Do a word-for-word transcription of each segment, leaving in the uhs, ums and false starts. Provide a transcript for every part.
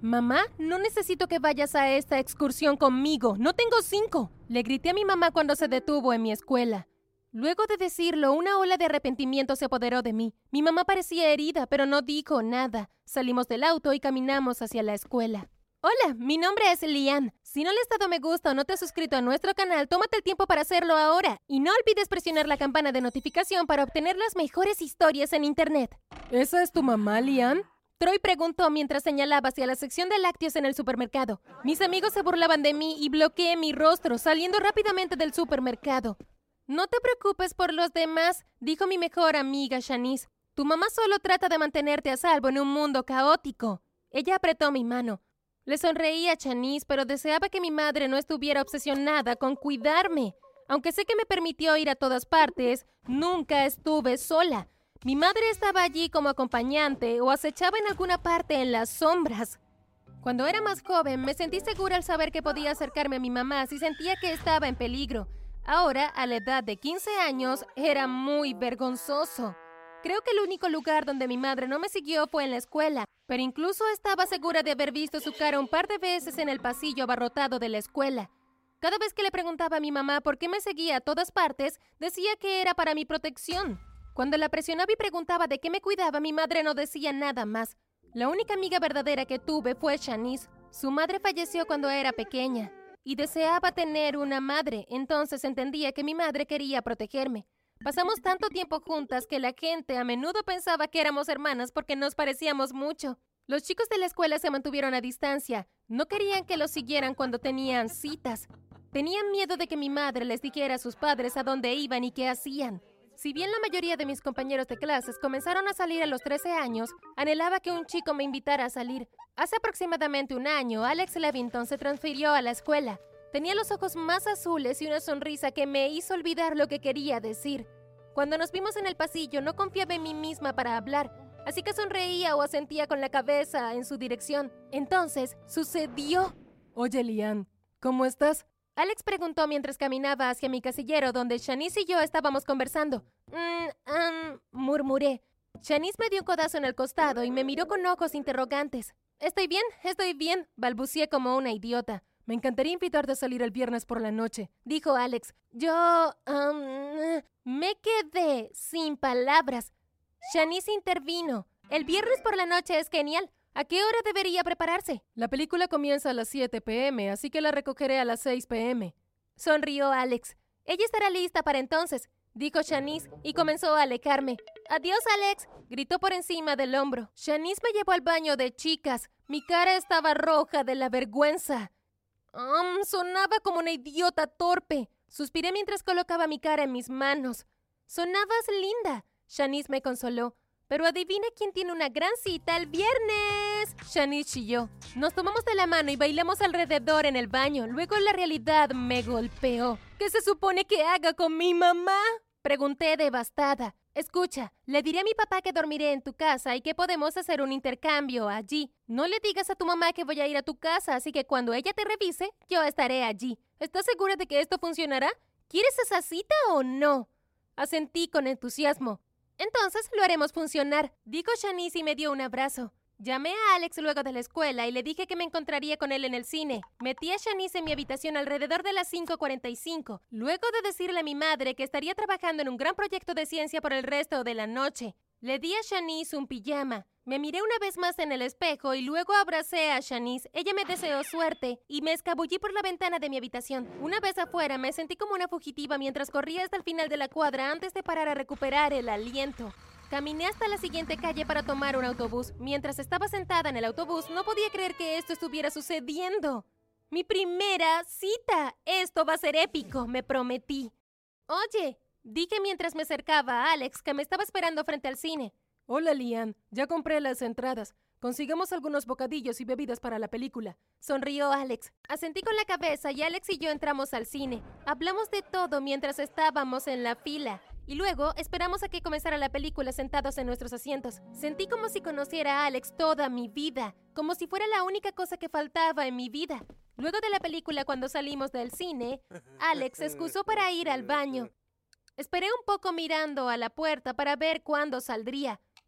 Mamá, no necesito que vayas a esta excursión conmigo. No tengo cinco. Le grité a mi mamá cuando se detuvo en mi escuela. Luego de decirlo, una ola de arrepentimiento se apoderó de mí. Mi mamá parecía herida, pero no dijo nada. Salimos del auto y caminamos hacia la escuela. Hola, mi nombre es Lian. Si no le has dado me gusta o no te has suscrito a nuestro canal, tómate el tiempo para hacerlo ahora. Y no olvides presionar la campana de notificación para obtener las mejores historias en internet. ¿Esa es tu mamá, Lian? Troy preguntó mientras señalaba hacia la sección de lácteos en el supermercado. Mis amigos se burlaban de mí y bloqueé mi rostro, saliendo rápidamente del supermercado. No te preocupes por los demás, dijo mi mejor amiga Shanice. Tu mamá solo trata de mantenerte a salvo en un mundo caótico. Ella apretó mi mano. Le sonreí a Shanice, pero deseaba que mi madre no estuviera obsesionada con cuidarme. Aunque sé que me permitió ir a todas partes, nunca estuve sola. Mi madre estaba allí como acompañante o acechaba en alguna parte en las sombras. Cuando era más joven, me sentí segura al saber que podía acercarme a mi mamá si sentía que estaba en peligro. Ahora, a la edad de quince años, era muy vergonzoso. Creo que el único lugar donde mi madre no me siguió fue en la escuela, pero incluso estaba segura de haber visto su cara un par de veces en el pasillo abarrotado de la escuela. Cada vez que le preguntaba a mi mamá por qué me seguía a todas partes, decía que era para mi protección. Cuando la presionaba y preguntaba de qué me cuidaba, mi madre no decía nada más. La única amiga verdadera que tuve fue Shanice. Su madre falleció cuando era pequeña y deseaba tener una madre, entonces entendía que mi madre quería protegerme. Pasamos tanto tiempo juntas que la gente a menudo pensaba que éramos hermanas porque nos parecíamos mucho. Los chicos de la escuela se mantuvieron a distancia. No querían que los siguieran cuando tenían citas. Tenían miedo de que mi madre les dijera a sus padres a dónde iban y qué hacían. Si bien la mayoría de mis compañeros de clases comenzaron a salir a los trece años, anhelaba que un chico me invitara a salir. Hace aproximadamente un año, Alex Levington se transfirió a la escuela. Tenía los ojos más azules y una sonrisa que me hizo olvidar lo que quería decir. Cuando nos vimos en el pasillo, no confiaba en mí misma para hablar, así que sonreía o asentía con la cabeza en su dirección. Entonces, sucedió. Oye, Lian, ¿cómo estás? Alex preguntó mientras caminaba hacia mi casillero donde Shanice y yo estábamos conversando. Mm, um, murmuré. Shanice me dio un codazo en el costado y me miró con ojos interrogantes. Estoy bien, estoy bien, balbuceé como una idiota. Me encantaría invitarte a salir el viernes por la noche, dijo Alex. Yo, um, me quedé sin palabras. Shanice intervino. El viernes por la noche es genial. ¿A qué hora debería prepararse? La película comienza a las siete pe eme, así que la recogeré a las seis pe eme. Sonrió Alex. Ella estará lista para entonces, dijo Shanice y comenzó a alecarme. Adiós, Alex, gritó por encima del hombro. Shanice me llevó al baño de chicas. Mi cara estaba roja de la vergüenza. Um, sonaba como una idiota torpe. Suspiré mientras colocaba mi cara en mis manos. Sonabas linda, Shanice me consoló. Pero adivina quién tiene una gran cita el viernes. Shanice y yo nos tomamos de la mano y bailamos alrededor en el baño. Luego la realidad me golpeó. ¿Qué se supone que haga con mi mamá? Pregunté devastada. Escucha, le diré a mi papá que dormiré en tu casa y que podemos hacer un intercambio allí. No le digas a tu mamá que voy a ir a tu casa, así que cuando ella te revise, yo estaré allí. ¿Estás segura de que esto funcionará? ¿Quieres esa cita o no? Asentí con entusiasmo. Entonces lo haremos funcionar, dijo Shanice y me dio un abrazo. Llamé a Alex luego de la escuela y le dije que me encontraría con él en el cine. Metí a Shanice en mi habitación alrededor de las cinco cuarenta y cinco, luego de decirle a mi madre que estaría trabajando en un gran proyecto de ciencia por el resto de la noche. Le di a Shanice un pijama. Me miré una vez más en el espejo y luego abracé a Shanice. Ella me deseó suerte y me escabullí por la ventana de mi habitación. Una vez afuera, me sentí como una fugitiva mientras corría hasta el final de la cuadra antes de parar a recuperar el aliento. Caminé hasta la siguiente calle para tomar un autobús. Mientras estaba sentada en el autobús, no podía creer que esto estuviera sucediendo. ¡Mi primera cita! Esto va a ser épico, me prometí. Oye, dije mientras me acercaba a Alex, que me estaba esperando frente al cine. Hola, Lian. Ya compré las entradas. Consigamos algunos bocadillos y bebidas para la película. Sonrió Alex. Asentí con la cabeza y Alex y yo entramos al cine. Hablamos de todo mientras estábamos en la fila. Y luego esperamos a que comenzara la película sentados en nuestros asientos. Sentí como si conociera a Alex toda mi vida. Como si fuera la única cosa que faltaba en mi vida. Luego de la película, cuando salimos del cine, Alex se excusó para ir al baño. Esperé un poco mirando a la puerta para ver cuándo saldría.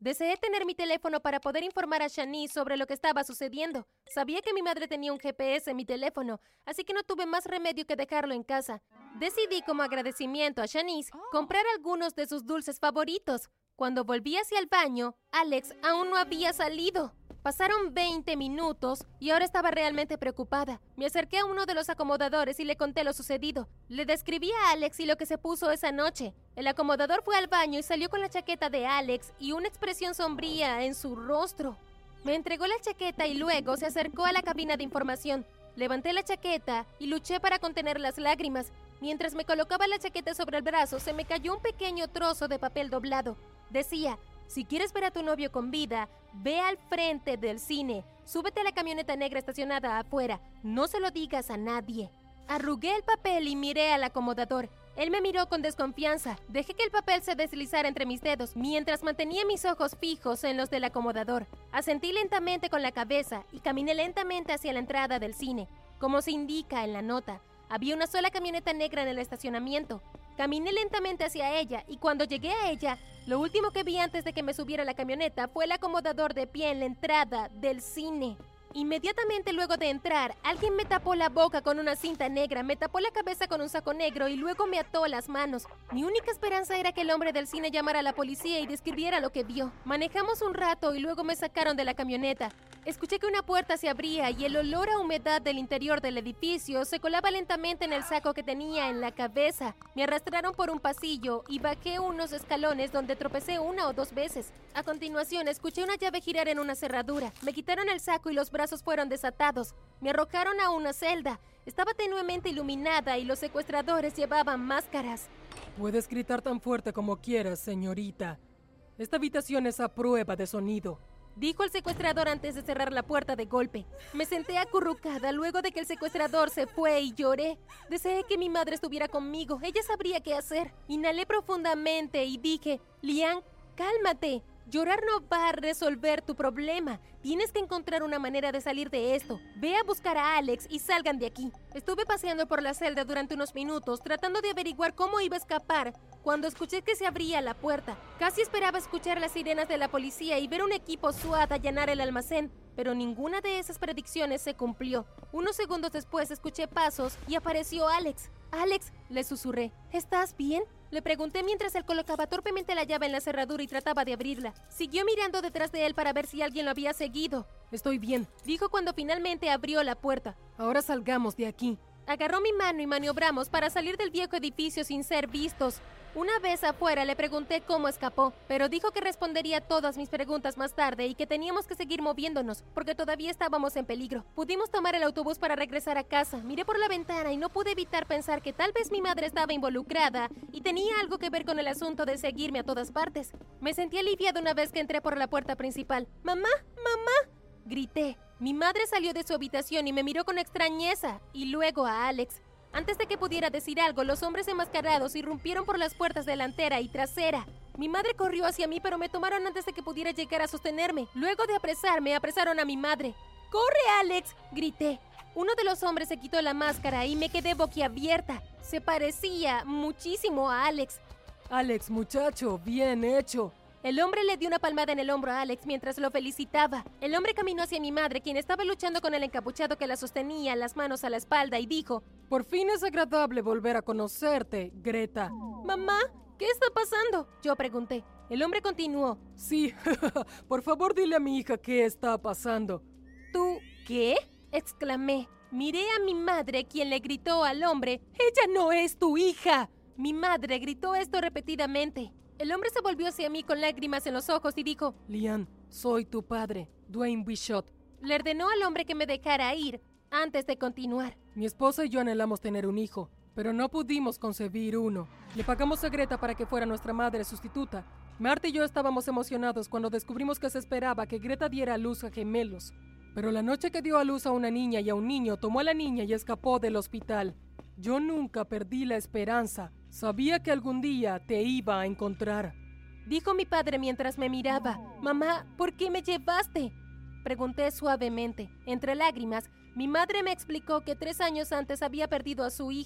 Deseé tener mi teléfono para poder informar a Shanice sobre lo que estaba sucediendo. Sabía que mi madre tenía un G P S en mi teléfono, así que no tuve más remedio que dejarlo en casa. Decidí, como agradecimiento a Shanice, comprar algunos de sus dulces favoritos. Cuando volví hacia el baño, Alex aún no había salido. Pasaron veinte minutos y ahora estaba realmente preocupada. Me acerqué a uno de los acomodadores y le conté lo sucedido. Le describí a Alex y lo que se puso esa noche. El acomodador fue al baño y salió con la chaqueta de Alex y una expresión sombría en su rostro. Me entregó la chaqueta y luego se acercó a la cabina de información. Levanté la chaqueta y luché para contener las lágrimas. Mientras me colocaba la chaqueta sobre el brazo, se me cayó un pequeño trozo de papel doblado. Decía: si quieres ver a tu novio con vida, ve al frente del cine. Súbete a la camioneta negra estacionada afuera. No se lo digas a nadie. Arrugué el papel y miré al acomodador. Él me miró con desconfianza. Dejé que el papel se deslizara entre mis dedos, mientras mantenía mis ojos fijos en los del acomodador. Asentí lentamente con la cabeza y caminé lentamente hacia la entrada del cine. Como se indica en la nota, había una sola camioneta negra en el estacionamiento. Caminé lentamente hacia ella y cuando llegué a ella, lo último que vi antes de que me subiera a la camioneta fue el acomodador de pie en la entrada del cine. Inmediatamente luego de entrar, alguien me tapó la boca con una cinta negra, me tapó la cabeza con un saco negro y luego me ató las manos. Mi única esperanza era que el hombre del cine llamara a la policía y describiera lo que vio. Manejamos un rato y luego me sacaron de la camioneta. Escuché que una puerta se abría y el olor a humedad del interior del edificio se colaba lentamente en el saco que tenía en la cabeza. Me arrastraron por un pasillo y bajé unos escalones donde tropecé una o dos veces. A continuación, escuché una llave girar en una cerradura. Me quitaron el saco y los brazos fueron desatados. Me arrojaron a una celda. Estaba tenuemente iluminada y los secuestradores llevaban máscaras. Puedes gritar tan fuerte como quieras, señorita. Esta habitación es a prueba de sonido, dijo el secuestrador antes de cerrar la puerta de golpe. Me senté acurrucada luego de que el secuestrador se fue y lloré. Deseé que mi madre estuviera conmigo. Ella sabría qué hacer. Inhalé profundamente y dije: Lian, cálmate. Llorar no va a resolver tu problema. Tienes que encontrar una manera de salir de esto. Ve a buscar a Alex y salgan de aquí. Estuve paseando por la celda durante unos minutos tratando de averiguar cómo iba a escapar cuando escuché que se abría la puerta. Casi esperaba escuchar las sirenas de la policía y ver un equipo SWAT allanar el almacén, pero ninguna de esas predicciones se cumplió. Unos segundos después escuché pasos y apareció Alex. «Alex», le susurré, «¿estás bien?». Le pregunté mientras él colocaba torpemente la llave en la cerradura y trataba de abrirla. Siguió mirando detrás de él para ver si alguien lo había seguido. «Estoy bien», dijo cuando finalmente abrió la puerta. «Ahora salgamos de aquí». Agarró mi mano y maniobramos para salir del viejo edificio sin ser vistos. Una vez afuera le pregunté cómo escapó, pero dijo que respondería todas mis preguntas más tarde y que teníamos que seguir moviéndonos, porque todavía estábamos en peligro. Pudimos tomar el autobús para regresar a casa. Miré por la ventana y no pude evitar pensar que tal vez mi madre estaba involucrada y tenía algo que ver con el asunto de seguirme a todas partes. Me sentí aliviada una vez que entré por la puerta principal. «¡Mamá! ¡Mamá!», grité. Mi madre salió de su habitación y me miró con extrañeza, y luego a Alex. Antes de que pudiera decir algo, los hombres enmascarados irrumpieron por las puertas delantera y trasera. Mi madre corrió hacia mí, pero me tomaron antes de que pudiera llegar a sostenerme. Luego de apresarme, apresaron a mi madre. «¡Corre, Alex!», grité. Uno de los hombres se quitó la máscara y me quedé boquiabierta. Se parecía muchísimo a Alex. «Alex, muchacho, bien hecho». El hombre le dio una palmada en el hombro a Alex mientras lo felicitaba. El hombre caminó hacia mi madre, quien estaba luchando con el encapuchado que la sostenía, las manos a la espalda, y dijo: «Por fin es agradable volver a conocerte, Greta». «Mamá, ¿qué está pasando?», yo pregunté. El hombre continuó: «Sí, por favor dile a mi hija qué está pasando». «¿Tú qué?», exclamé. Miré a mi madre, quien le gritó al hombre: «¡Ella no es tu hija!». Mi madre gritó esto repetidamente. El hombre se volvió hacia mí con lágrimas en los ojos y dijo: «Lian, soy tu padre, Dwayne Bishop». Le ordenó al hombre que me dejara ir antes de continuar. «Mi esposa y yo anhelamos tener un hijo, pero no pudimos concebir uno. Le pagamos a Greta para que fuera nuestra madre sustituta. Marta y yo estábamos emocionados cuando descubrimos que se esperaba que Greta diera a luz a gemelos. Pero la noche que dio a luz a una niña y a un niño, tomó a la niña y escapó del hospital. Yo nunca perdí la esperanza. Sabía que algún día te iba a encontrar», dijo mi padre mientras me miraba. «Mamá, ¿por qué me llevaste?», pregunté suavemente. Entre lágrimas, mi madre me explicó que tres años antes había perdido a su hija.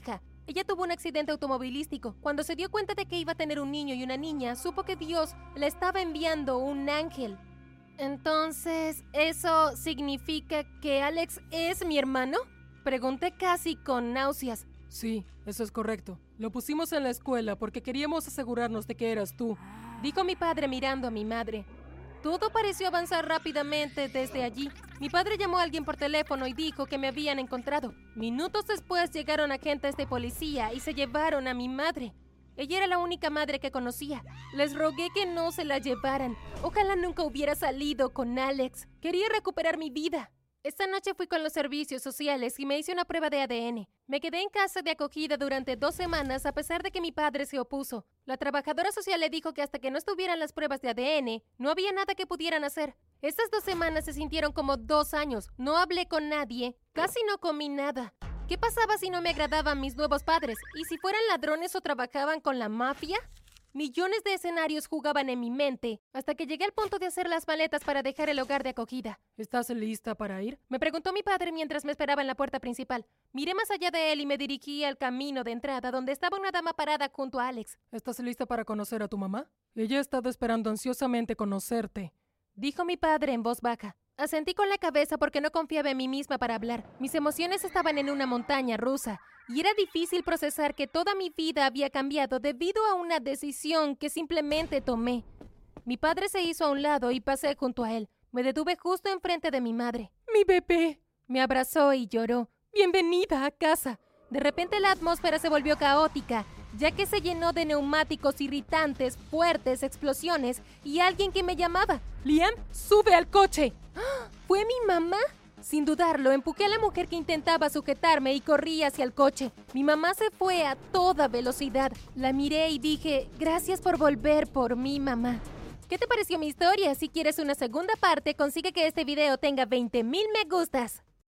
Ella tuvo un accidente automovilístico. Cuando se dio cuenta de que iba a tener un niño y una niña, supo que Dios le estaba enviando un ángel. Entonces, ¿eso significa que Alex es mi hermano? Pregunté casi con náuseas. Sí, eso es correcto. Lo pusimos en la escuela porque queríamos asegurarnos de que eras tú, dijo mi padre mirando a mi madre. Todo pareció avanzar rápidamente desde allí. Mi padre llamó a alguien por teléfono y dijo que me habían encontrado. Minutos después llegaron agentes de policía y se llevaron a mi madre. Ella era la única madre que conocía. Les rogué que no se la llevaran. Ojalá nunca hubiera salido con Alex. Quería recuperar mi vida. Esta noche fui con los servicios sociales y me hice una prueba de A D N. Me quedé en casa de acogida durante dos semanas a pesar de que mi padre se opuso. La trabajadora social le dijo que hasta que no estuvieran las pruebas de A D N, no había nada que pudieran hacer. Estas dos semanas se sintieron como dos años. No hablé con nadie, casi no comí nada. ¿Qué pasaba si no me agradaban mis nuevos padres? ¿Y si fueran ladrones o trabajaban con la mafia? Millones de escenarios jugaban en mi mente, hasta que llegué al punto de hacer las maletas para dejar el hogar de acogida. ¿Estás lista para ir? Me preguntó mi padre mientras me esperaba en la puerta principal. Miré más allá de él y me dirigí al camino de entrada, donde estaba una dama parada junto a Alex. ¿Estás lista para conocer a tu mamá? Ella ha estado esperando ansiosamente conocerte, dijo mi padre en voz baja. Asentí con la cabeza porque no confiaba en mí misma para hablar. Mis emociones estaban en una montaña rusa, y era difícil procesar que toda mi vida había cambiado debido a una decisión que simplemente tomé. Mi padre se hizo a un lado y pasé junto a él. Me detuve justo enfrente de mi madre. ¡Mi bebé! Me abrazó y lloró. ¡Bienvenida a casa! De repente la atmósfera se volvió caótica, ya que se llenó de neumáticos irritantes, fuertes explosiones y alguien que me llamaba. ¡Liam, sube al coche! ¿Fue mi mamá? Sin dudarlo, empujé a la mujer que intentaba sujetarme y corrí hacia el coche. Mi mamá se fue a toda velocidad. La miré y dije, gracias por volver por mí, mamá. ¿Qué te pareció mi historia? Si quieres una segunda parte, consigue que este video tenga veinte mil me gustas.